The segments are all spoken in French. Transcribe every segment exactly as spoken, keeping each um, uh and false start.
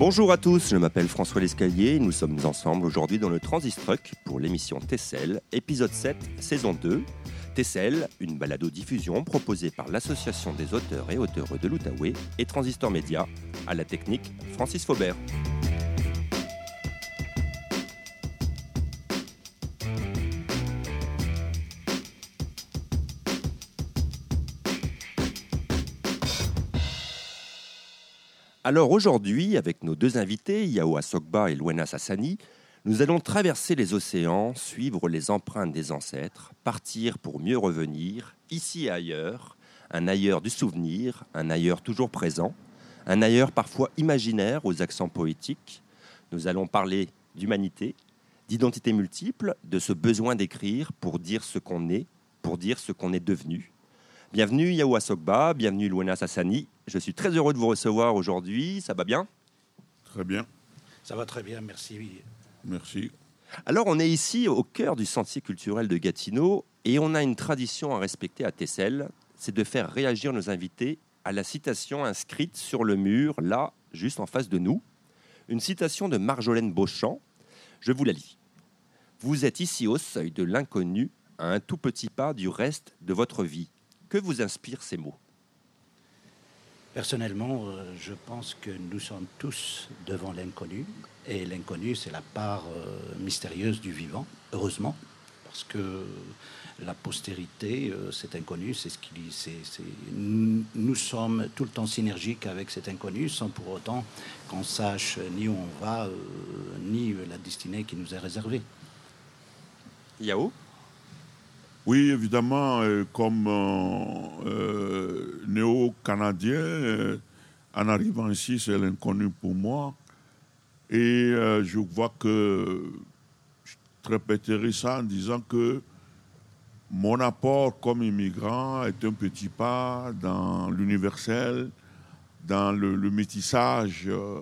Bonjour à tous, je m'appelle François Lescalier et nous sommes ensemble aujourd'hui dans le Transistruck pour l'émission Tessel, épisode sept, saison deux. Tessel, une balado-diffusion proposée par l'Association des auteurs et auteures de l'Outaouais et Transistor Média, à la technique Francis Faubert. Alors aujourd'hui, avec nos deux invités, Yao Asokba et Louena Sassani, nous allons traverser les océans, suivre les empreintes des ancêtres, partir pour mieux revenir, ici et ailleurs, un ailleurs du souvenir, un ailleurs toujours présent, un ailleurs parfois imaginaire aux accents poétiques. Nous allons parler d'humanité, d'identité multiple, de ce besoin d'écrire pour dire ce qu'on est, pour dire ce qu'on est devenu. Bienvenue Yao Asokba, bienvenue Louena Sassani. Je suis très heureux de vous recevoir aujourd'hui. Ça va bien ? Très bien. Ça va très bien, merci. Merci. Alors, on est ici au cœur du sentier culturel de Gatineau et on a une tradition à respecter à Tessel, c'est de faire réagir nos invités à la citation inscrite sur le mur, là, juste en face de nous. Une citation de Marjolaine Beauchamp. Je vous la lis. « Vous êtes ici au seuil de l'inconnu, à un tout petit pas du reste de votre vie. » Que vous inspirent ces mots ? Personnellement, euh, je pense que nous sommes tous devant l'inconnu. Et l'inconnu, c'est la part euh, mystérieuse du vivant, heureusement. Parce que la postérité, euh, cet inconnu, c'est ce qui... C'est, c'est, nous, nous sommes tout le temps synergiques avec cet inconnu, sans pour autant qu'on sache ni où on va, euh, ni la destinée qui nous est réservée. Yao ? Oui, évidemment, euh, comme euh, euh, néo-canadien, euh, en arrivant ici, c'est l'inconnu pour moi. Et euh, je vois que je répéterai ça en disant que mon apport comme immigrant est un petit pas dans l'universel, dans le, le métissage euh,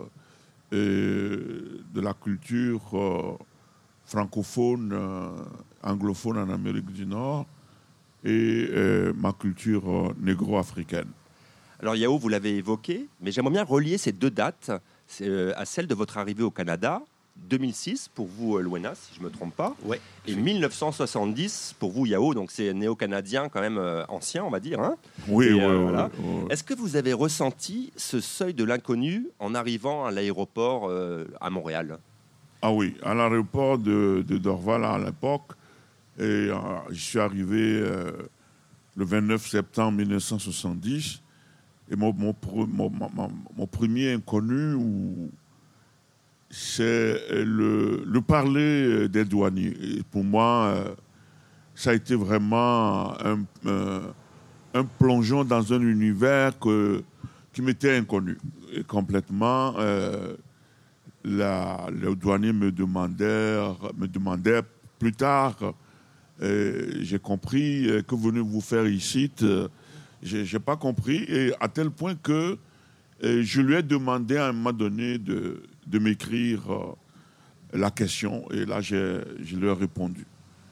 de la culture euh, francophone, euh, anglophone en Amérique du Nord et euh, ma culture euh, négro-africaine. Alors Yao, vous l'avez évoqué, mais j'aimerais bien relier ces deux dates euh, à celle de votre arrivée au Canada, deux mille six pour vous, Louena, si je ne me trompe pas, ouais. Et mille neuf cent soixante-dix pour vous, Yao, donc c'est néo-canadien quand même euh, ancien, on va dire. Hein oui, et, oui, euh, oui, voilà. oui, oui. Est-ce que vous avez ressenti ce seuil de l'inconnu en arrivant à l'aéroport euh, à Montréal ? Ah oui, à l'aéroport de, de Dorval à l'époque, et euh, je suis arrivé euh, le vingt-neuf septembre mille neuf cent soixante-dix, et mon, mon, mon, mon, mon premier inconnu, où, c'est le, le parler des douaniers. Et pour moi, euh, ça a été vraiment un, un, un plongeon dans un univers que, qui m'était inconnu. Et complètement, euh, la, le douanier me demandait, me demandait plus tard, euh, j'ai compris, euh, que venez-vous faire ici ? Je n'ai pas compris, et à tel point que euh, je lui ai demandé à un moment donné de, de m'écrire euh, la question, et là, j'ai, je lui ai répondu.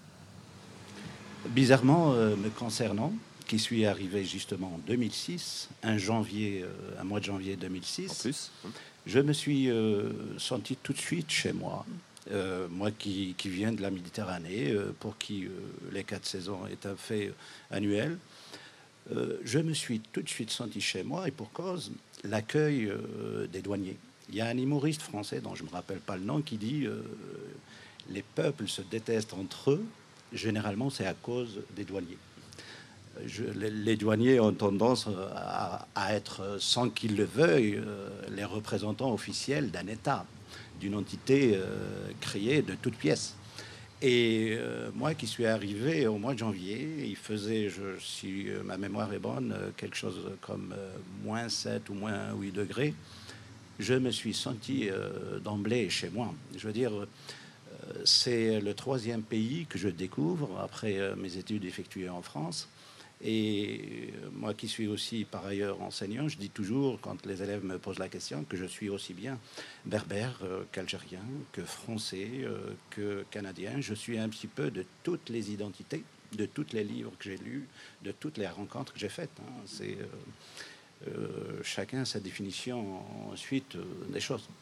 Bizarrement, euh, me concernant, qui suis arrivé justement en deux mille six, un janvier, euh, un mois de janvier deux mille six, En plus, je me suis euh, senti tout de suite chez moi. Euh, moi qui, qui viens de la Méditerranée, euh, pour qui euh, les quatre saisons est un fait annuel, euh, je me suis tout de suite senti chez moi, et pour cause, l'accueil euh, des douaniers. Il y a un humoriste français dont je ne me rappelle pas le nom qui dit euh, « Les peuples se détestent entre eux, généralement c'est à cause des douaniers ». Je, les, les douaniers ont tendance à, à être, sans qu'ils le veuillent, euh, les représentants officiels d'un État, d'une entité euh, créée de toutes pièces. Et euh, moi qui suis arrivé au mois de janvier, il faisait, je, si ma mémoire est bonne, quelque chose comme euh, moins sept ou moins huit degrés. Je me suis senti euh, d'emblée chez moi. Je veux dire, euh, c'est le troisième pays que je découvre après euh, mes études effectuées en France. Et moi qui suis aussi par ailleurs enseignant, je dis toujours, quand les élèves me posent la question, que je suis aussi bien berbère euh, qu'algérien, que français, euh, que canadien. Je suis un petit peu de toutes les identités, de tous les livres que j'ai lus, de toutes les rencontres que j'ai faites. Hein. C'est, euh, euh, chacun sa définition ensuite euh, des choses.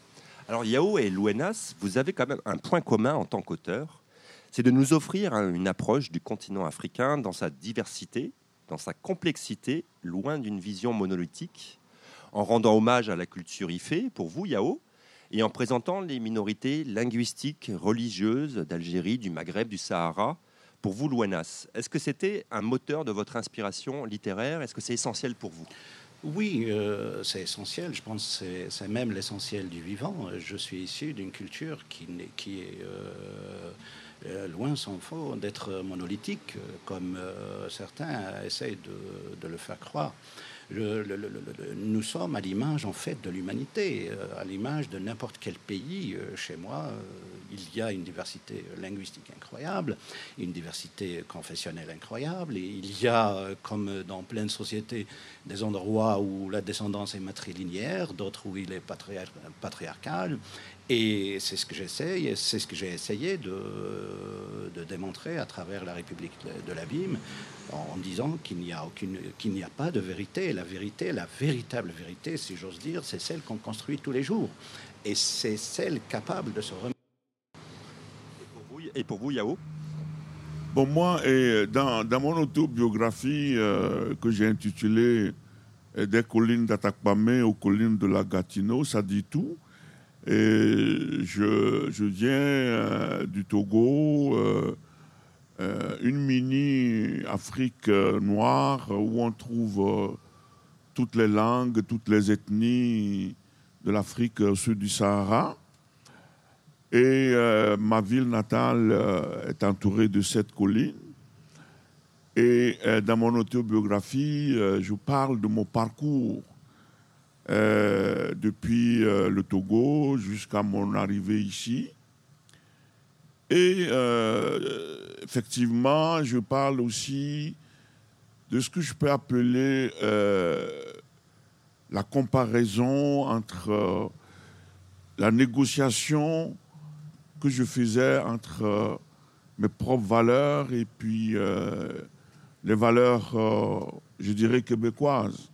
Alors Yao et Louenas, vous avez quand même un point commun en tant qu'auteur, c'est de nous offrir une approche du continent africain dans sa diversité, dans sa complexité, loin d'une vision monolithique, en rendant hommage à la culture Ifé, pour vous Yao, et en présentant les minorités linguistiques, religieuses d'Algérie, du Maghreb, du Sahara, pour vous Louenas. Est-ce que c'était un moteur de votre inspiration littéraire? Est-ce que c'est essentiel pour vous? Oui, euh, c'est essentiel. Je pense que c'est, c'est même l'essentiel du vivant. Je suis issu d'une culture qui, qui est euh, euh, loin s'en faut d'être monolithique, comme euh, certains essayent de, de le faire croire. Le, le, le, le, nous sommes à l'image en fait de l'humanité, à l'image de n'importe quel pays. Chez moi, il y a une diversité linguistique incroyable, une diversité confessionnelle incroyable, et il y a, comme dans plein de sociétés, des endroits où la descendance est matrilinéaire, d'autres où il est patriar- patriarcal. Et c'est ce que j'essaye, c'est ce que j'ai essayé de, de démontrer à travers la République de, de l'Abîme, en disant qu'il n'y a aucune, qu'il n'y a pas de vérité. La vérité, la véritable vérité, si j'ose dire, c'est celle qu'on construit tous les jours, et c'est celle capable de se remettre. Et pour vous, et pour vous Yao? Bon, moi, et dans, dans mon autobiographie euh, que j'ai intitulée Des collines d'Atakpamé aux collines de la Gatineau, ça dit tout. Et je, je viens euh, du Togo, euh, euh, une mini-Afrique euh, noire où on trouve euh, toutes les langues, toutes les ethnies de l'Afrique au sud du Sahara. Et euh, ma ville natale euh, est entourée de sept collines. Et euh, dans mon autobiographie, euh, je parle de mon parcours euh, depuis euh, le Togo jusqu'à mon arrivée ici. Et euh, effectivement, je parle aussi de ce que je peux appeler euh, la comparaison entre euh, la négociation que je faisais entre euh, mes propres valeurs et puis euh, les valeurs, euh, je dirais, québécoises.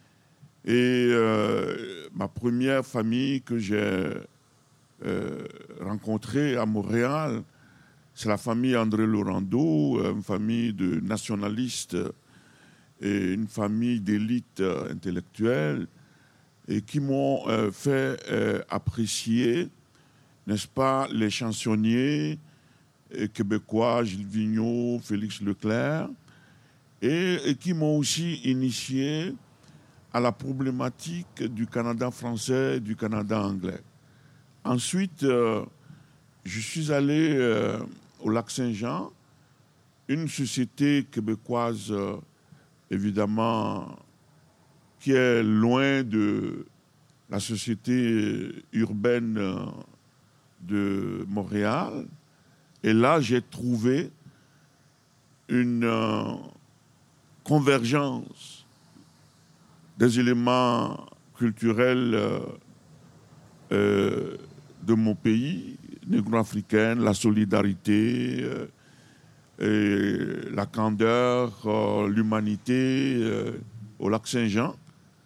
Et euh, ma première famille que j'ai euh, rencontrée à Montréal, c'est la famille André Laurando, une famille de nationalistes et une famille d'élite intellectuelle, et qui m'ont euh, fait euh, apprécier, n'est-ce pas, les chansonniers euh, québécois, Gilles Vigneault, Félix Leclerc, et, et qui m'ont aussi initié à la problématique du Canada français et du Canada anglais. Ensuite, euh, je suis allé euh, au Lac-Saint-Jean, une société québécoise, euh, évidemment, qui est loin de la société urbaine euh, de Montréal. Et là, j'ai trouvé une euh, convergence des éléments culturels euh, euh, de mon pays, négro-africaine, la solidarité, euh, et la candeur, euh, l'humanité euh, au Lac-Saint-Jean.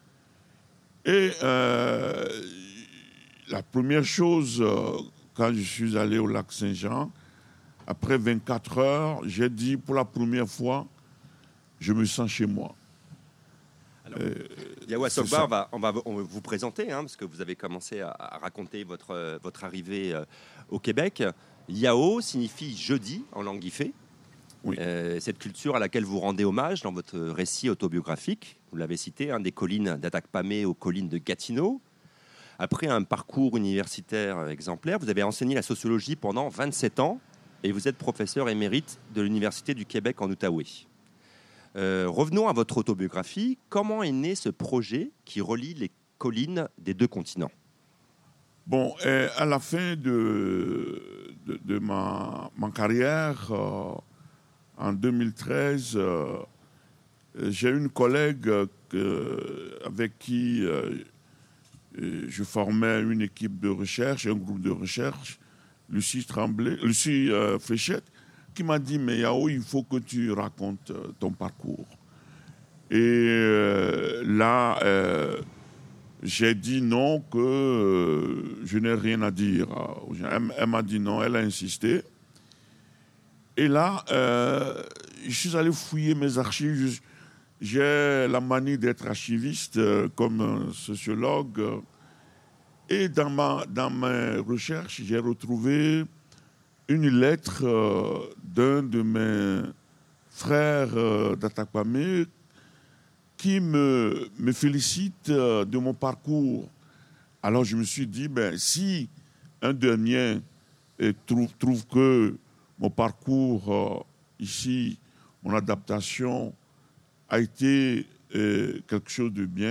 Et euh, la première chose, euh, quand je suis allé au Lac-Saint-Jean, après vingt-quatre heures, j'ai dit pour la première fois, je me sens chez moi. Alors, euh, Yao Asokba, on va, on, va, on va vous présenter, hein, parce que vous avez commencé à, à raconter votre, euh, votre arrivée euh, au Québec. Yao signifie jeudi en langue ifé. Oui. Euh, cette culture à laquelle vous rendez hommage dans votre récit autobiographique, vous l'avez cité, hein, des collines d'Atakpamé aux collines de Gatineau. Après un parcours universitaire exemplaire, vous avez enseigné la sociologie pendant vingt-sept ans et vous êtes professeur émérite de l'Université du Québec en Outaouais. Euh, revenons à votre autobiographie. Comment est né ce projet qui relie les collines des deux continents? Bon, euh, à la fin de, de, de ma, ma carrière, euh, en deux mille treize, euh, j'ai une collègue euh, avec qui euh, je formais une équipe de recherche, un groupe de recherche, Lucie Tremblay, Lucie euh, Fléchette, qui m'a dit, mais Yao, il faut que tu racontes ton parcours. Et euh, là, euh, j'ai dit non, que euh, je n'ai rien à dire. Elle, elle m'a dit non, elle a insisté. Et là, euh, je suis allé fouiller mes archives. J'ai la manie d'être archiviste euh, comme un sociologue. Et dans, ma, dans mes recherches, j'ai retrouvé une lettre euh, d'un de mes frères euh, d'Atakwame qui me, me félicite euh, de mon parcours. Alors je me suis dit, ben, si un des miens euh, trouve, trouve que mon parcours euh, ici, mon adaptation a été euh, quelque chose de bien,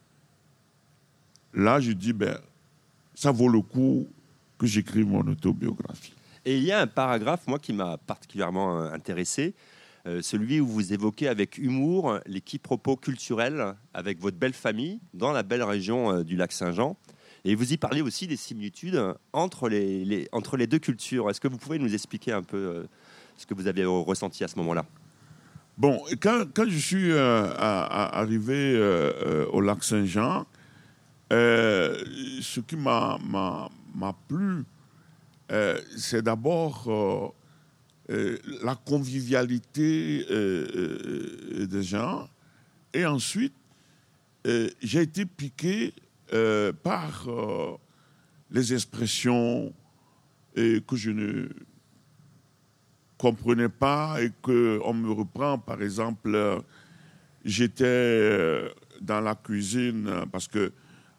là je dis, ben, ça vaut le coup que j'écrive mon autobiographie. Et il y a un paragraphe, moi, qui m'a particulièrement intéressé, euh, celui où vous évoquez avec humour les quiproquos culturels avec votre belle famille dans la belle région euh, du lac Saint-Jean. Et vous y parlez aussi des similitudes entre les, les, entre les deux cultures. Est-ce que vous pouvez nous expliquer un peu euh, ce que vous avez ressenti à ce moment-là ? Bon, quand, quand je suis euh, à, à arrivé euh, euh, au lac Saint-Jean, euh, ce qui m'a, m'a, m'a plu, euh, c'est d'abord euh, euh, la convivialité euh, euh, des gens. Et ensuite, euh, j'ai été piqué euh, par euh, les expressions euh, que je ne comprenais pas et qu'on me reprend. Par exemple, euh, j'étais euh, dans la cuisine parce que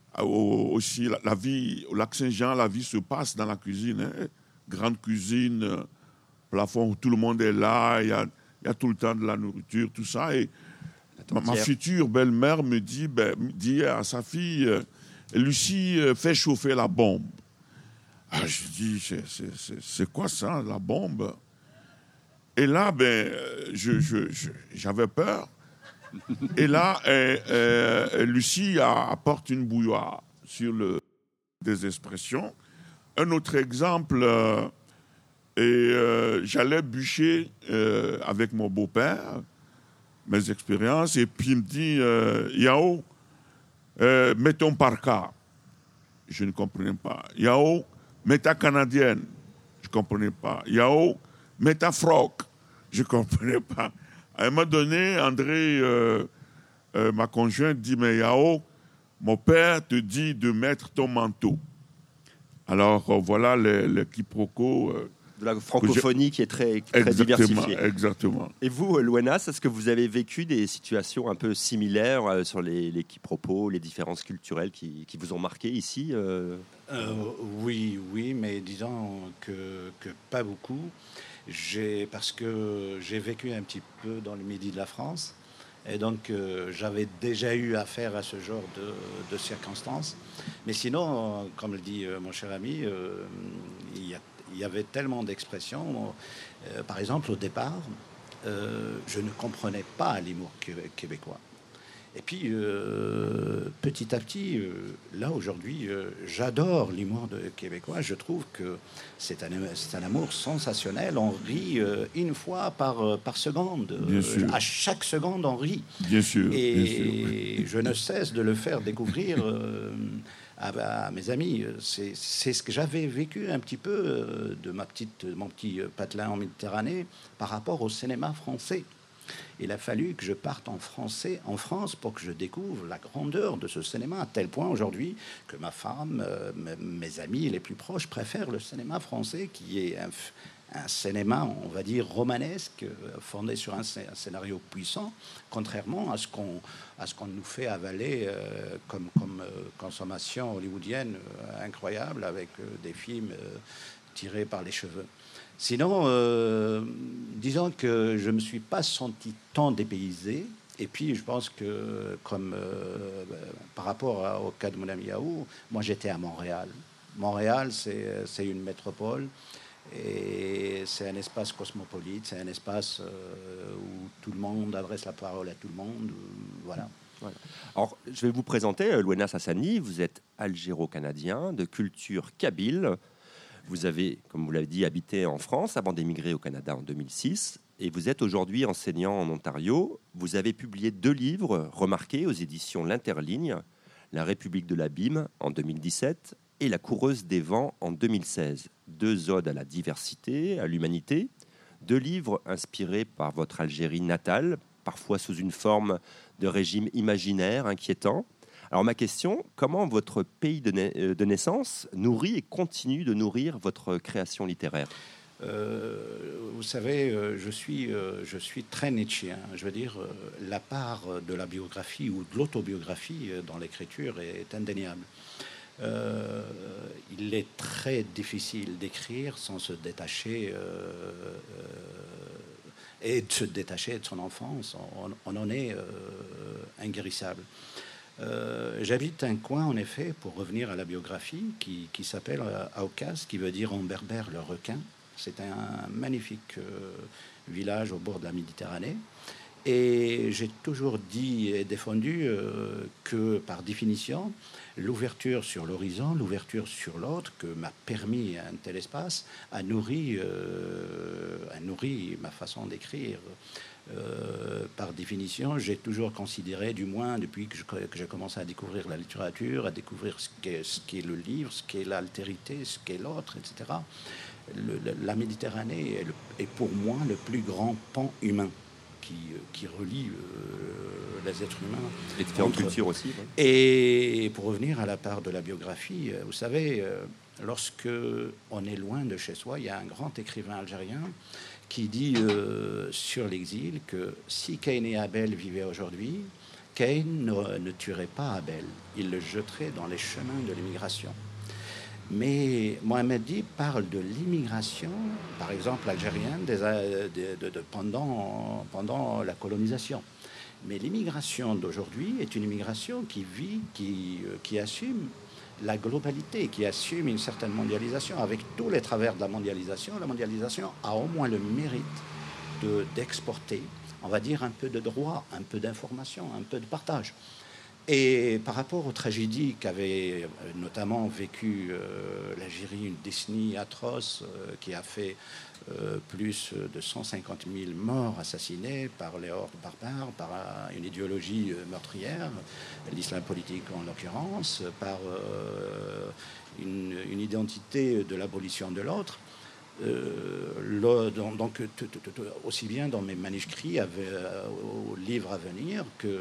aussi la, la vie au lac Saint-Jean, la vie se passe dans la cuisine, hein. Grande cuisine, plafond où tout le monde est là, il y a, il y a tout le temps de la nourriture, tout ça. Et ma, ma future belle-mère me dit, ben, dit à sa fille, euh, Lucie, euh, fais chauffer la bombe. Ah, je dis, c'est, c'est, c'est, c'est quoi ça, la bombe? Et là, ben, je, je, je, j'avais peur. Et là, euh, euh, Lucie apporte une bouilloire sur le, des expressions. Un autre exemple, euh, et, euh, j'allais bûcher euh, avec mon beau-père, mes expériences, et puis il me dit, euh, Yao, euh, mets ton parka. Je ne comprenais pas. Yao, mets ta canadienne. Je ne comprenais pas. Yao, mets ta froc. Je ne comprenais pas. À un moment donné, André, euh, euh, ma conjointe, dit, mais Yao, mon père te dit de mettre ton manteau. Alors, euh, voilà le, le quiproquo. Euh, de la francophonie qui est très, très exactement, diversifiée. Exactement. Et vous, Louenas, est-ce que vous avez vécu des situations un peu similaires euh, sur les, les quiproquos, les différences culturelles qui, qui vous ont marqué ici euh... Euh, Oui, oui, mais disons que, que pas beaucoup. J'ai, parce que j'ai vécu un petit peu dans le midi de la France. Et donc, euh, j'avais déjà eu affaire à ce genre de, de circonstances. Mais sinon, euh, comme le dit euh, mon cher ami, euh, il, y a, il y avait tellement d'expressions. Euh, par exemple, au départ, euh, je ne comprenais pas l'humour québécois. Et puis, euh, petit à petit, euh, là, aujourd'hui, euh, j'adore l'humour de québécois. Je trouve que c'est un, c'est un amour sensationnel. On rit euh, une fois par, par seconde. Bien sûr. À chaque seconde, on rit. Bien sûr. Et bien sûr. je ne cesse de le faire découvrir euh, à, à mes amis. C'est, c'est ce que j'avais vécu un petit peu euh, de, ma petite, de mon petit patelin en Méditerranée par rapport au cinéma français. Il a fallu que je parte en français, en France, pour que je découvre la grandeur de ce cinéma, à tel point aujourd'hui que ma femme, euh, mes amis les plus proches préfèrent le cinéma français, qui est un, un cinéma, on va dire, romanesque, fondé sur un, un scénario puissant, contrairement à ce qu'on, à ce qu'on nous fait avaler euh, comme, comme euh, consommation hollywoodienne euh, incroyable, avec euh, des films euh, tirés par les cheveux. Sinon, euh, disons que je ne me suis pas senti tant dépaysé. Et puis, je pense que, comme euh, par rapport à, au cas de mon ami Yao, moi, j'étais à Montréal. Montréal, c'est, c'est une métropole et c'est un espace cosmopolite, c'est un espace euh, où tout le monde adresse la parole à tout le monde. Euh, voilà. Voilà. Alors, je vais vous présenter Louenas Hassani. Vous êtes algéro-canadien de culture kabyle. Vous avez, comme vous l'avez dit, habité en France avant d'émigrer au Canada en deux mille six et vous êtes aujourd'hui enseignant en Ontario. Vous avez publié deux livres remarqués aux éditions L'Interligne, La République de l'Abîme en deux mille dix-sept et La Coureuse des Vents en deux mille seize. Deux odes à la diversité, à l'humanité. Deux livres inspirés par votre Algérie natale, parfois sous une forme de régime imaginaire inquiétant. Alors ma question, comment votre pays de, na- de naissance nourrit et continue de nourrir votre création littéraire ? Euh, vous savez, euh, je suis, euh, je suis très nietzschéen. Je veux dire, euh, la part de la biographie ou de l'autobiographie euh, dans l'écriture est indéniable. Euh, il est très difficile d'écrire sans se détacher euh, euh, et de se détacher de son enfance. On, on en est euh, inguérissable. Euh, J'habite un coin, en effet, pour revenir à la biographie, qui, qui s'appelle Aoukas, qui veut dire en berbère le requin. C'est un magnifique euh, village au bord de la Méditerranée. Et j'ai toujours dit et défendu euh, que, par définition, l'ouverture sur l'horizon, l'ouverture sur l'autre, que m'a permis un tel espace, a nourri, euh, a nourri ma façon d'écrire. Euh, par définition, j'ai toujours considéré, du moins depuis que, je, que j'ai commencé à découvrir la littérature, à découvrir ce qu'est, ce qu'est le livre, ce qu'est l'altérité, ce qu'est l'autre, et cetera. Le, la Méditerranée est, le, est pour moi le plus grand pan humain qui, qui relie euh, les êtres humains. Les différentes cultures aussi. Ouais. Et pour revenir à la part de la biographie, vous savez, lorsque on est loin de chez soi, il y a un grand écrivain algérien qui dit euh, sur l'exil que si Caïn et Abel vivaient aujourd'hui, Caïn ne, ne tuerait pas Abel, il le jetterait dans les chemins de l'immigration. Mais Mohamed Dib parle de l'immigration, par exemple algérienne, des, de, de, de, pendant, pendant la colonisation. Mais l'immigration d'aujourd'hui est une immigration qui vit, qui, qui assume la globalité, qui assume une certaine mondialisation. Avec tous les travers de la mondialisation, la mondialisation a au moins le mérite de, d'exporter, on va dire, un peu de droit, un peu d'information, un peu de partage. Et par rapport aux tragédies qu'avait notamment vécu euh, l'Algérie, une décennie atroce euh, qui a fait euh, plus de cent cinquante mille morts assassinés par les hordes barbares, par une idéologie meurtrière, l'islam politique en l'occurrence, par euh, une, une identité de l'abolition de l'autre. Euh, le, donc, t, t, t, aussi bien dans mes manuscrits, avec, euh, aux livres à venir que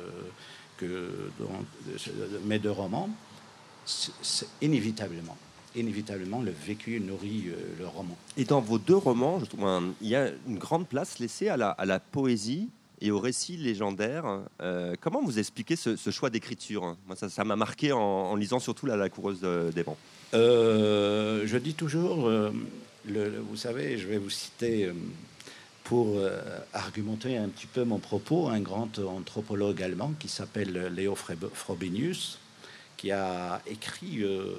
que dans mes deux romans, c'est, c'est inévitablement, inévitablement, le vécu nourrit euh, le roman. Et dans vos deux romans, je trouve un, il y a une grande place laissée à la, à la poésie et au récit légendaire. Euh, comment vous expliquez ce, ce choix d'écriture ? Moi, ça, ça m'a marqué en, en lisant surtout La, la Coureuse de, des Vents. Euh, je dis toujours, euh, le, le, vous savez, je vais vous citer... Euh, pour euh, argumenter un petit peu mon propos, un grand anthropologue allemand qui s'appelle Léo Frobenius, qui a écrit euh,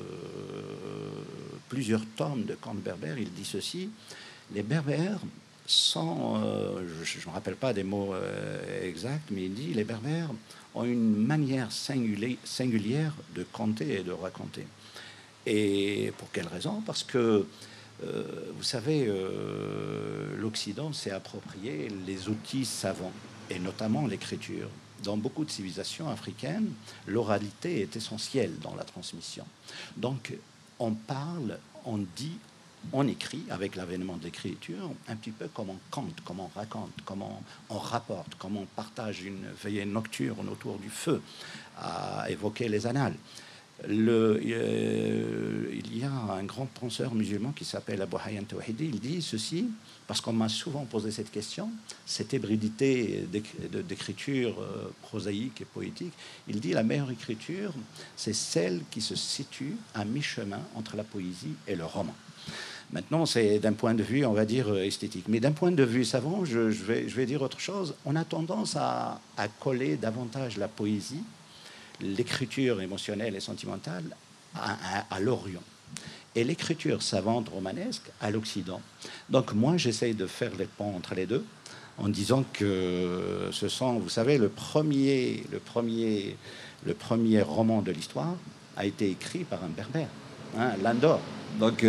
plusieurs tomes de contes berbères. Il dit ceci: les berbères sont, euh, je ne me rappelle pas des mots euh, exacts, mais il dit les berbères ont une manière singulière, singulière de conter et de raconter. Et pour quelle raison ? Parce que Euh, vous savez, euh, l'Occident s'est approprié les outils savants, et notamment l'écriture. Dans beaucoup de civilisations africaines, l'oralité est essentielle dans la transmission. Donc, on parle, on dit, on écrit, avec l'avènement de l'écriture, un petit peu comme on conte, comme on raconte, comme on, on rapporte, comme on partage une veillée nocturne autour du feu, à évoquer les annales. Le, euh, il y a un grand penseur musulman qui s'appelle Abou Hayyan Tawhidi. Il dit ceci, parce qu'on m'a souvent posé cette question, cette hybridité d'écriture euh, prosaïque et poétique. Il dit la meilleure écriture, c'est celle qui se situe à mi-chemin entre la poésie et le roman. Maintenant, c'est d'un point de vue, on va dire, esthétique. Mais d'un point de vue savant, je, je, vais, je vais dire autre chose. On a tendance à, à coller davantage la poésie, l'écriture émotionnelle et sentimentale à, à, à l'Orient et l'écriture savante romanesque à l'Occident. Donc moi, j'essaye de faire les ponts entre les deux en disant que ce sont, vous savez, le premier, le premier, le premier roman de l'histoire a été écrit par un berbère, hein, Landor. Donc,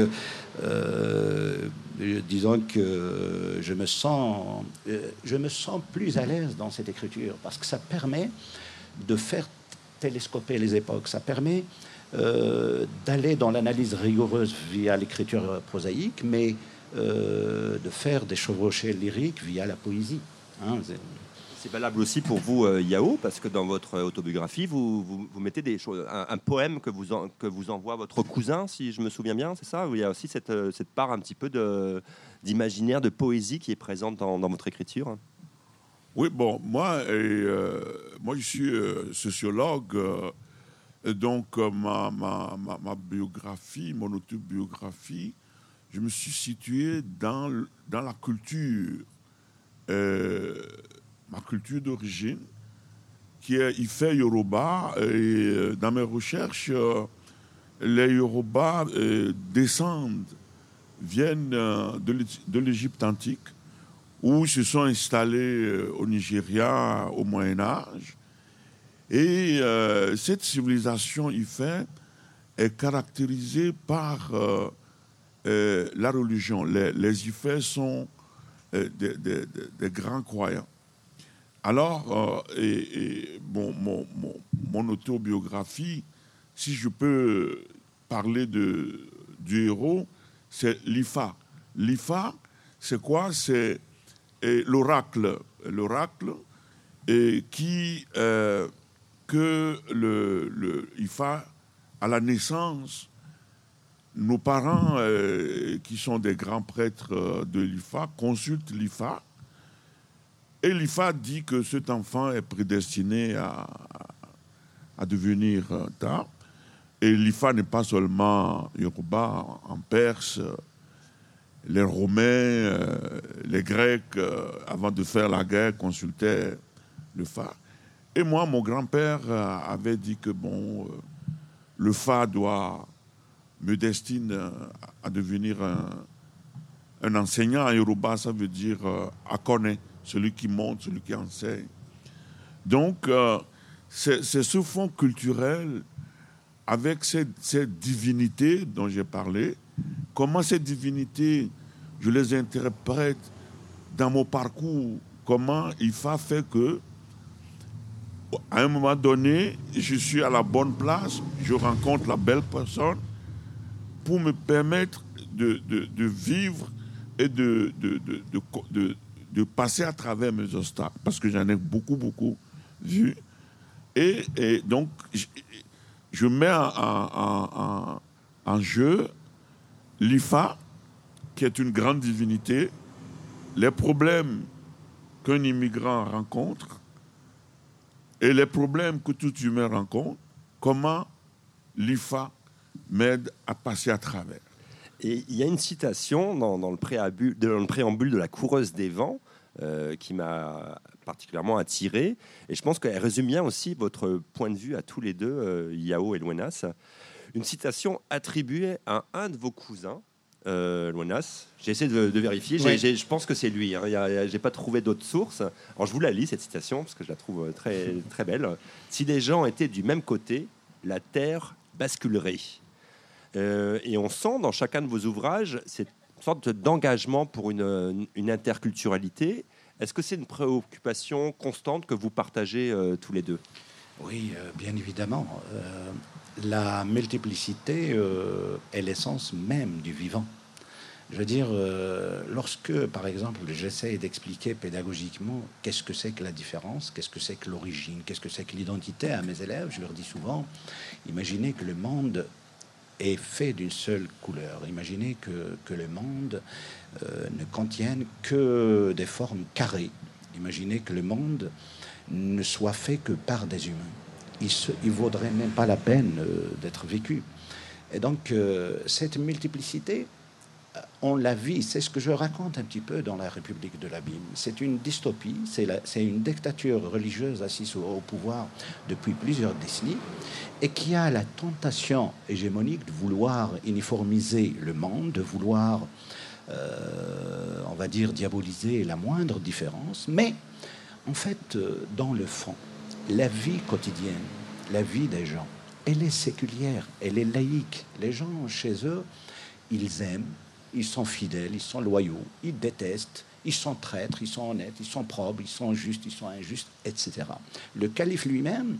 euh, disons que je me sens, je me sens plus à l'aise dans cette écriture parce que ça permet de faire télescoper les époques. Ça permet euh, d'aller dans l'analyse rigoureuse via l'écriture prosaïque, mais euh, de faire des chevauchées lyriques via la poésie. Hein, c'est... C'est valable aussi pour vous, euh, Yao, parce que dans votre autobiographie, vous, vous, vous mettez des choses, un, un poème que vous, en, que vous envoie votre cousin, si je me souviens bien, c'est ça? Où il y a aussi cette, cette part un petit peu de, d'imaginaire, de poésie qui est présente dans, dans votre écriture. Oui, bon, moi, et, euh, moi je suis euh, sociologue, euh, et donc euh, ma, ma, ma, ma biographie, mon autobiographie, je me suis situé dans, dans la culture. Euh, ma culture d'origine, qui est Ife Yoruba. Et euh, dans mes recherches, euh, les Yoruba euh, descendent, viennent euh, de l'Égypte antique, où ils se sont installés euh, au Nigeria au Moyen-Âge. Et euh, cette civilisation Ife est caractérisée par euh, euh, la religion. Les, les Ifes sont euh, des, des, des grands croyants. Alors, euh, et, et bon, mon, mon, mon autobiographie, si je peux parler de, du héros, c'est l'Ifa. L'Ifa, c'est quoi? C'est et l'oracle. L'oracle et qui, euh, que le, le Ifa, à la naissance, nos parents, euh, qui sont des grands prêtres de l'Ifa, consultent l'Ifa. Et l'Ifa dit que cet enfant est prédestiné à, à devenir tard. Et l'Ifa n'est pas seulement Yoruba, en Perse, les Romains, euh, les Grecs, euh, avant de faire la guerre, consultaient le Fa. Et moi, mon grand-père euh, avait dit que bon, euh, le Fa doit me destine euh, à devenir un, un enseignant. En Yoruba, ça veut dire euh, akone, celui qui monte, celui qui enseigne. Donc, euh, c'est, c'est ce fond culturel, avec cette, cette divinité dont j'ai parlé, comment ces divinités, je les interprète dans mon parcours, comment Ifa fait que, à un moment donné, je suis à la bonne place, je rencontre la belle personne pour me permettre de, de, de vivre et de, de, de, de, de, de passer à travers mes obstacles, parce que j'en ai beaucoup, beaucoup vu. Et, et donc, je, je mets en, en, en, en jeu l'Ifa, qui est une grande divinité, les problèmes qu'un immigrant rencontre et les problèmes que tout humain rencontre, comment l'Ifa m'aide à passer à travers. Et il y a une citation dans, dans, le, préambule, dans le préambule de La Coureuse des Vents euh, qui m'a particulièrement attiré. Et je pense qu'elle résume bien aussi votre point de vue à tous les deux, euh, Yao et Louenas. Une citation attribuée à un de vos cousins, euh, Louenas. J'ai essayé de, de vérifier. J'ai, ouais. j'ai, je pense que c'est lui. Hein. Je n'ai pas trouvé d'autres sources. Alors je vous la lis, cette citation, parce que je la trouve très, très belle. « Si les gens étaient du même côté, la terre basculerait. » Euh, et on sent dans chacun de vos ouvrages cette sorte d'engagement pour une, une interculturalité. Est-ce que c'est une préoccupation constante que vous partagez euh, tous les deux? Oui, euh, bien évidemment. Euh, la multiplicité euh, est l'essence même du vivant. Je veux dire, euh, lorsque, par exemple, j'essaie d'expliquer pédagogiquement qu'est-ce que c'est que la différence, qu'est-ce que c'est que l'origine, qu'est-ce que c'est que l'identité à mes élèves, je leur dis souvent, imaginez que le monde est fait d'une seule couleur. Imaginez que, que le monde euh, ne contienne que des formes carrées. Imaginez que le monde ne soit fait que par des humains. Il ne vaudrait même pas la peine euh, d'être vécu. Et donc, euh, cette multiplicité, on la vit. C'est ce que je raconte un petit peu dans La République de l'Abîme. C'est une dystopie, c'est, la, c'est une dictature religieuse assise au, au pouvoir depuis plusieurs décennies et qui a la tentation hégémonique de vouloir uniformiser le monde, de vouloir, euh, on va dire, diaboliser la moindre différence. Mais, en fait, dans le fond, la vie quotidienne, la vie des gens, elle est séculière, elle est laïque. Les gens, chez eux, ils aiment, ils sont fidèles, ils sont loyaux, ils détestent, Ils sont traîtres, ils sont honnêtes, ils sont probes, ils sont justes, ils sont injustes, et cetera. Le calife lui-même,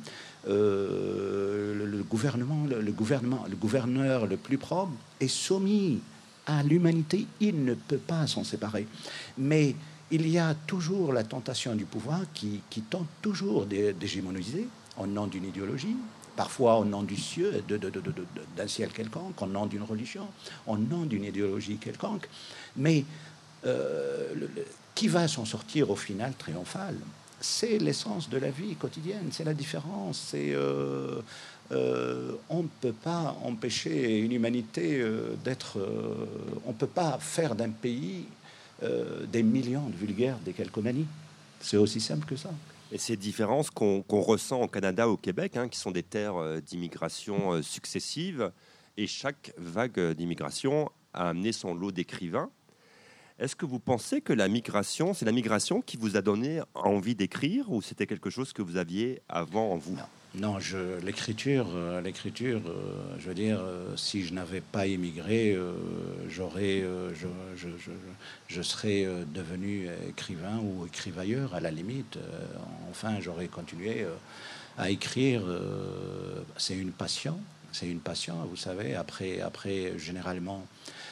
euh, le, le gouvernement, le, le gouvernement, le gouverneur le plus probe est soumis à l'humanité. Il ne peut pas s'en séparer. Mais il y a toujours la tentation du pouvoir qui, qui tente toujours d'hégémoniser au nom d'une idéologie, parfois au nom du ciel, de, de, de, de, d'un ciel quelconque, au nom d'une religion, au nom d'une idéologie quelconque. Mais euh, le, le, qui va s'en sortir au final triomphal? C'est l'essence de la vie quotidienne, c'est la différence. C'est, euh, euh, on ne peut pas empêcher une humanité euh, d'être... Euh, on ne peut pas faire d'un pays euh, des millions de vulgaires décalcomanies. C'est aussi simple que ça. Et ces différences qu'on qu'on ressent au Canada, au Québec, hein, qui sont des terres d'immigration euh, successives, et chaque vague d'immigration a amené son lot d'écrivains. Est-ce que vous pensez que la migration, c'est la migration qui vous a donné envie d'écrire, ou c'était quelque chose que vous aviez avant en vous? Non. Non, je, l'écriture, euh, l'écriture, euh, je veux dire, euh, si je n'avais pas émigré, euh, j'aurais, euh, je, je, je, je serais euh, devenu écrivain ou écrivailleur à la limite. Euh, enfin, j'aurais continué euh, à écrire. Euh, c'est une passion, c'est une passion, vous savez. Après, après généralement,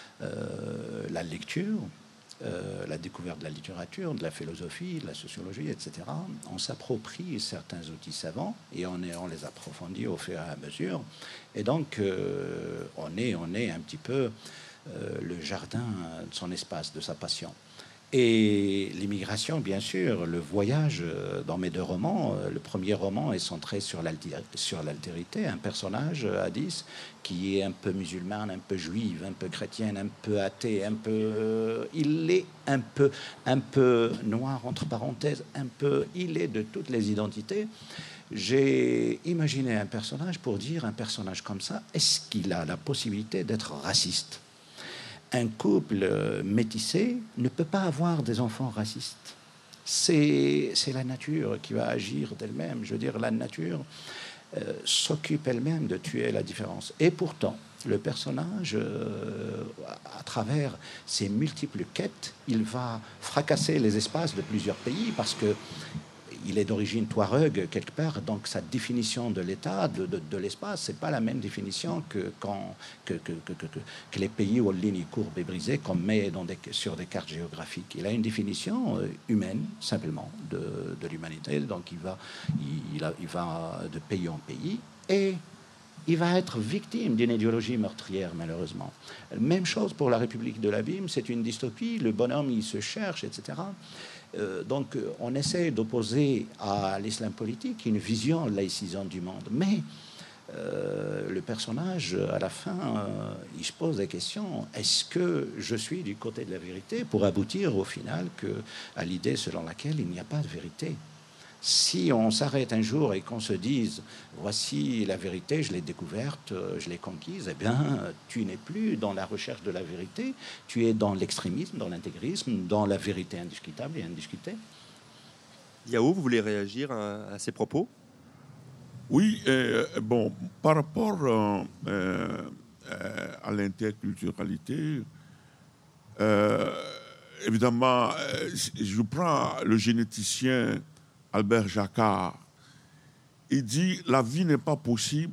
euh, la lecture. Euh, la découverte de la littérature, de la philosophie, de la sociologie, et cetera. On s'approprie certains outils savants et on, est, on les approfondit au fur et à mesure. Et donc, euh, on, est, on est un petit peu euh, le jardin de son espace, de sa passion. Et l'immigration, bien sûr, le voyage, dans mes deux romans, le premier roman est centré sur l'altérité, un personnage, Hadis, qui est un peu musulmane, un peu juive, un peu chrétienne, un peu athée, un peu... Il est un peu, un peu noir, entre parenthèses, un peu... Il est de toutes les identités. J'ai imaginé un personnage pour dire, un personnage comme ça, est-ce qu'il a la possibilité d'être raciste ? Un couple métissé ne peut pas avoir des enfants racistes. C'est, c'est la nature qui va agir d'elle-même. Je veux dire, la nature euh, s'occupe elle-même de tuer la différence. Et pourtant, le personnage, euh, à travers ses multiples quêtes, il va fracasser les espaces de plusieurs pays parce que il est d'origine touareg quelque part, donc sa définition de l'état, de, de, de l'espace, c'est pas la même définition que, quand, que, que, que, que, que les pays aux lignes courbes et brisées qu'on met dans des, sur des cartes géographiques. Il a une définition humaine, simplement, de, de l'humanité, donc il va, il, a, il va de pays en pays, et il va être victime d'une idéologie meurtrière, malheureusement. Même chose pour la République de l'Abîme, c'est une dystopie, le bonhomme, il se cherche, et cetera. Euh, donc, on essaie d'opposer à l'islam politique une vision laïcisante du monde. Mais euh, le personnage, à la fin, euh, il se pose des questions. Est-ce que je suis du côté de la vérité pour aboutir au final que, à l'idée selon laquelle il n'y a pas de vérité? Si on s'arrête un jour et qu'on se dise voici la vérité, je l'ai découverte, je l'ai conquise, eh bien, tu n'es plus dans la recherche de la vérité, tu es dans l'extrémisme, dans l'intégrisme, dans la vérité indiscutable et indiscutée. Yao, vous voulez réagir à, à ces propos? Oui, euh, bon, par rapport euh, euh, à l'interculturalité, euh, évidemment, je prends le généticien Albert Jacquard, il dit la vie n'est pas possible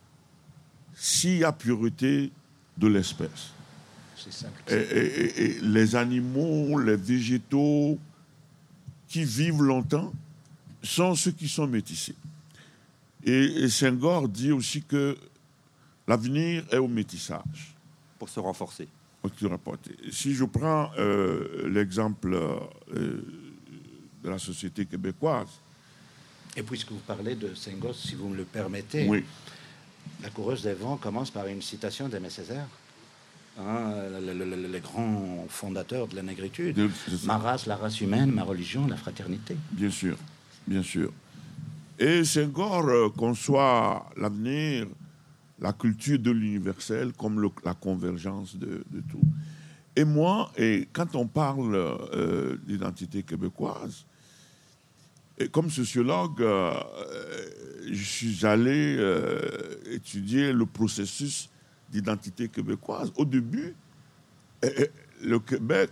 s'il y a pureté de l'espèce. C'est simple. Et, et, et les animaux, les végétaux qui vivent longtemps sont ceux qui sont métissés. Et, et Senghor dit aussi que l'avenir est au métissage. Pour se renforcer. Si je prends euh, l'exemple euh, de la société québécoise. Et puisque vous parlez de Senghor, si vous me le permettez, oui. La coureuse des vents commence par une citation d'Aimé Césaire, hein, le, le, le, les grands fondateurs de la négritude. De, ma race, la race humaine, ma religion, la fraternité. Bien sûr, bien sûr. Et Senghor euh, conçoit l'avenir, la culture de l'universel comme le, la convergence de, de tout. Et moi, et quand on parle euh, d'identité québécoise, et comme sociologue, euh, je suis allé euh, étudier le processus d'identité québécoise. Au début, le Québec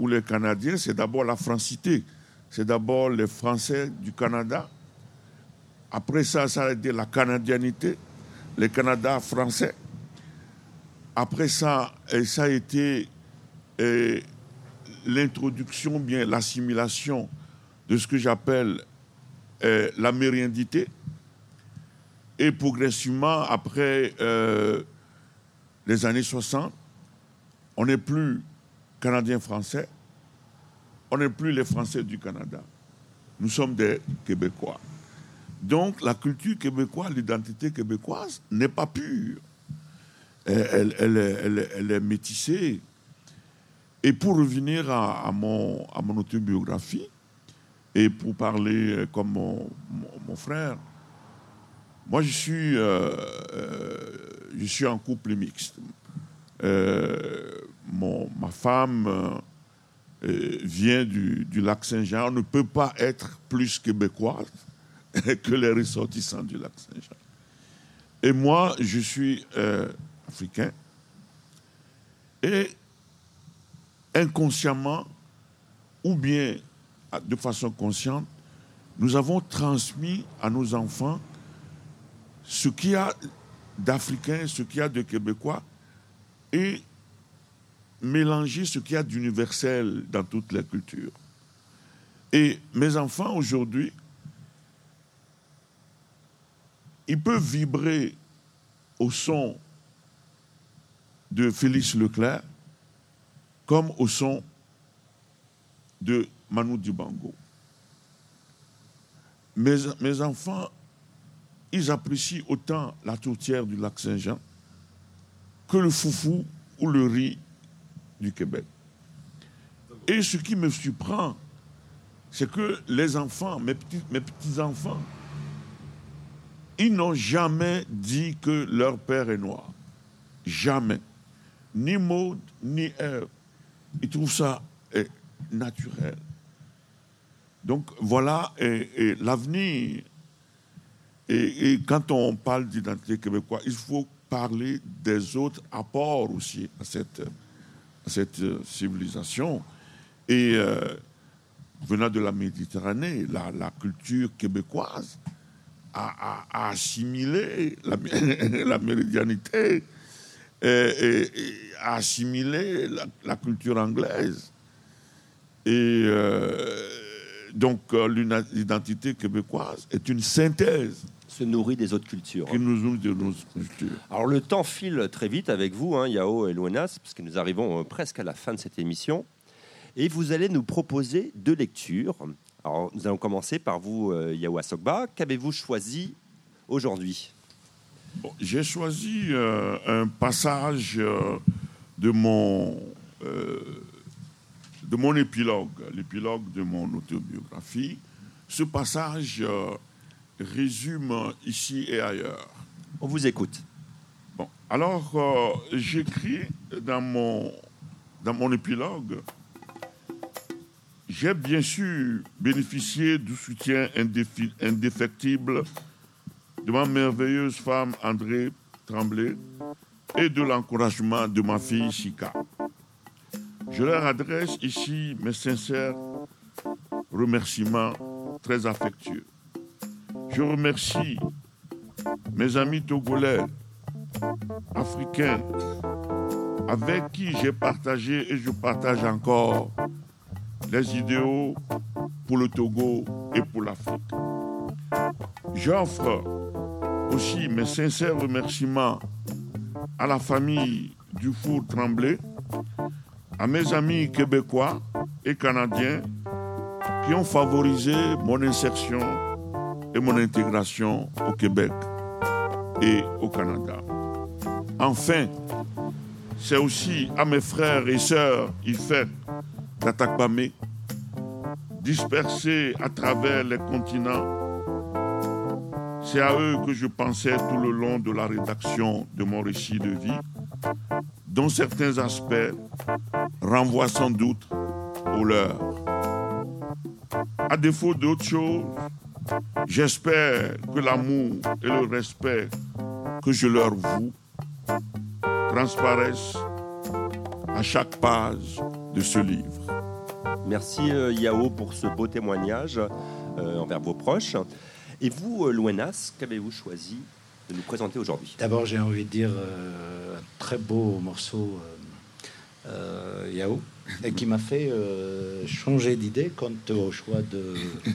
ou les Canadiens, c'est d'abord la francité. C'est d'abord les Français du Canada. Après ça, ça a été la canadianité, les Canada français. Après ça, ça a été eh, l'introduction, bien l'assimilation de ce que j'appelle eh, l'amérindité. Et progressivement, après euh, les années soixante, on n'est plus Canadiens-Français, on n'est plus les Français du Canada. Nous sommes des Québécois. Donc, la culture québécoise, l'identité québécoise n'est pas pure. Elle, elle, elle, elle, elle est métissée. Et pour revenir à, à, mon, à mon autobiographie, et pour parler comme mon, mon, mon frère, moi, je suis, euh, euh, je suis en couple mixte. Euh, mon, ma femme euh, vient du, du lac Saint-Jean. On ne peut pas être plus québécoise que les ressortissants du lac Saint-Jean. Et moi, je suis euh, africain. Et inconsciemment, ou bien de façon consciente, nous avons transmis à nos enfants ce qu'il y a d'Africains, ce qu'il y a de Québécois, et mélanger ce qu'il y a d'universel dans toutes les cultures. Et mes enfants, aujourd'hui, ils peuvent vibrer au son de Félix Leclerc comme au son de Manu Dibango. Mes, mes enfants, ils apprécient autant la tourtière du lac Saint-Jean que le foufou ou le riz du Québec. Et ce qui me surprend, c'est que les enfants, mes petits, mes petits-enfants, ils n'ont jamais dit que leur père est noir. Jamais. Ni Maud, ni Ève. Ils trouvent ça eh, naturel. Donc voilà et, et l'avenir. Et, et quand on parle d'identité québécoise, il faut parler des autres apports aussi à cette, à cette civilisation. Et euh, venant de la Méditerranée, la, la culture québécoise a, a, a assimilé la, la méridionalité, et, et, et a assimilé la, la culture anglaise. Et euh, donc l'identité québécoise est une synthèse. Se nourrit des autres cultures. Qui nous nourrit de nos autres cultures. Alors le temps file très vite avec vous, hein, Yao et Louenas, parce que nous arrivons euh, presque à la fin de cette émission. Et vous allez nous proposer deux lectures. Alors nous allons commencer par vous, euh, Yao Asokba. Qu'avez-vous choisi aujourd'hui ? Bon, j'ai choisi euh, un passage euh, de mon euh, de mon épilogue, l'épilogue de mon autobiographie. Ce passage euh, résume ici et ailleurs. On vous écoute. Bon, alors euh, j'écris dans mon dans mon épilogue. J'ai bien sûr bénéficié du soutien indéfi- indéfectible de ma merveilleuse femme André Tremblay et de l'encouragement de ma fille Chika. Je leur adresse ici mes sincères remerciements très affectueux. Je remercie mes amis togolais, africains, avec qui j'ai partagé et je partage encore les idéaux pour le Togo et pour l'Afrique. J'offre aussi mes sincères remerciements à la famille Dufour Tremblay, à mes amis québécois et canadiens qui ont favorisé mon insertion et mon intégration au Québec et au Canada. Enfin, c'est aussi à mes frères et sœurs Ifet d'Atakpamé, dispersés à travers les continents. C'est à eux que je pensais tout le long de la rédaction de mon récit de vie, dont certains aspects renvoient sans doute au leur. À défaut d'autre chose, j'espère que l'amour et le respect que je leur voue transparaissent à chaque page de ce livre. Merci euh, Yao pour ce beau témoignage euh, envers vos proches. Et vous, euh, Louenas, qu'avez-vous choisi de nous présenter aujourd'hui? D'abord, j'ai envie de dire euh, un très beau morceau, euh, euh, Yao, et qui m'a fait euh, changer d'idée quant au choix de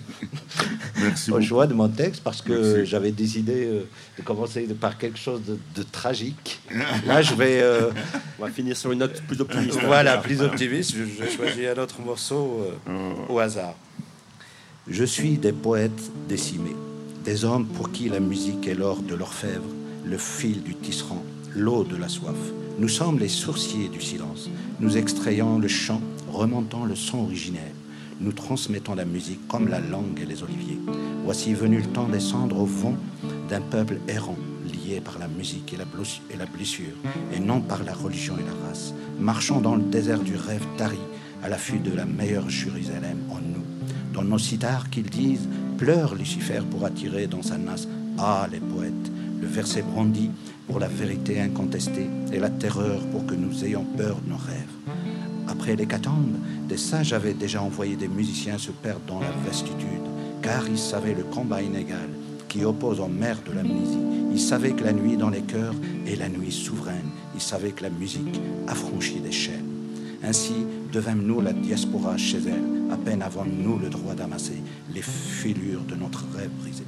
au choix de mon texte, parce que Merci. J'avais décidé euh, de commencer par quelque chose de, de tragique. Là, je vais euh, on va finir sur une note plus optimiste. Voilà, plus optimiste. Je, je choisis un autre morceau euh, oh. au hasard. Je suis des poètes décimés, des hommes pour qui la musique est l'or de l'orfèvre, le fil du tisserand, l'eau de la soif. Nous sommes les sourciers du silence. Nous extrayons le chant, remontant le son originel. Nous transmettons la musique comme la langue et les oliviers. Voici venu le temps descendre au fond d'un peuple errant, lié par la musique et la, blessure, et la blessure, et non par la religion et la race. Marchons dans le désert du rêve tari, à l'affût de la meilleure Jérusalem en nous. Dans nos sitars qu'ils disent, pleure Lucifer pour attirer dans sa nasse. Ah, les poètes, le verset brandi pour la vérité incontestée et la terreur pour que nous ayons peur de nos rêves. Après l'hécatombe, des sages avaient déjà envoyé des musiciens se perdre dans la vastitude, car ils savaient le combat inégal qui oppose aux mers de l'amnésie. Ils savaient que la nuit dans les cœurs est la nuit souveraine. Ils savaient que la musique affranchit des chaînes. Ainsi devînmes-nous la diaspora chez elle. À peine avons-nous le droit d'amasser les filures de notre rêve brisé.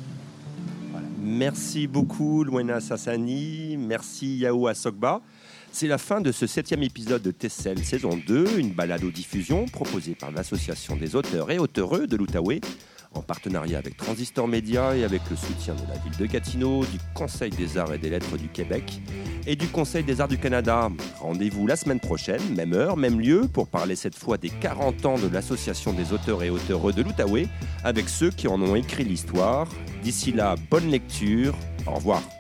Merci beaucoup Louenas Hassani, merci Yao Asokba. C'est la fin de ce septième épisode de Tessel saison deux, une balade aux diffusions proposée par l'Association des auteurs et auteureux de l'Outaouais, en partenariat avec Transistor Média et avec le soutien de la ville de Gatineau, du Conseil des arts et des lettres du Québec et du Conseil des arts du Canada. Rendez-vous la semaine prochaine, même heure, même lieu, pour parler cette fois des quarante ans de l'Association des auteurs et auteureux de l'Outaouais, avec ceux qui en ont écrit l'histoire. D'ici là, bonne lecture, au revoir.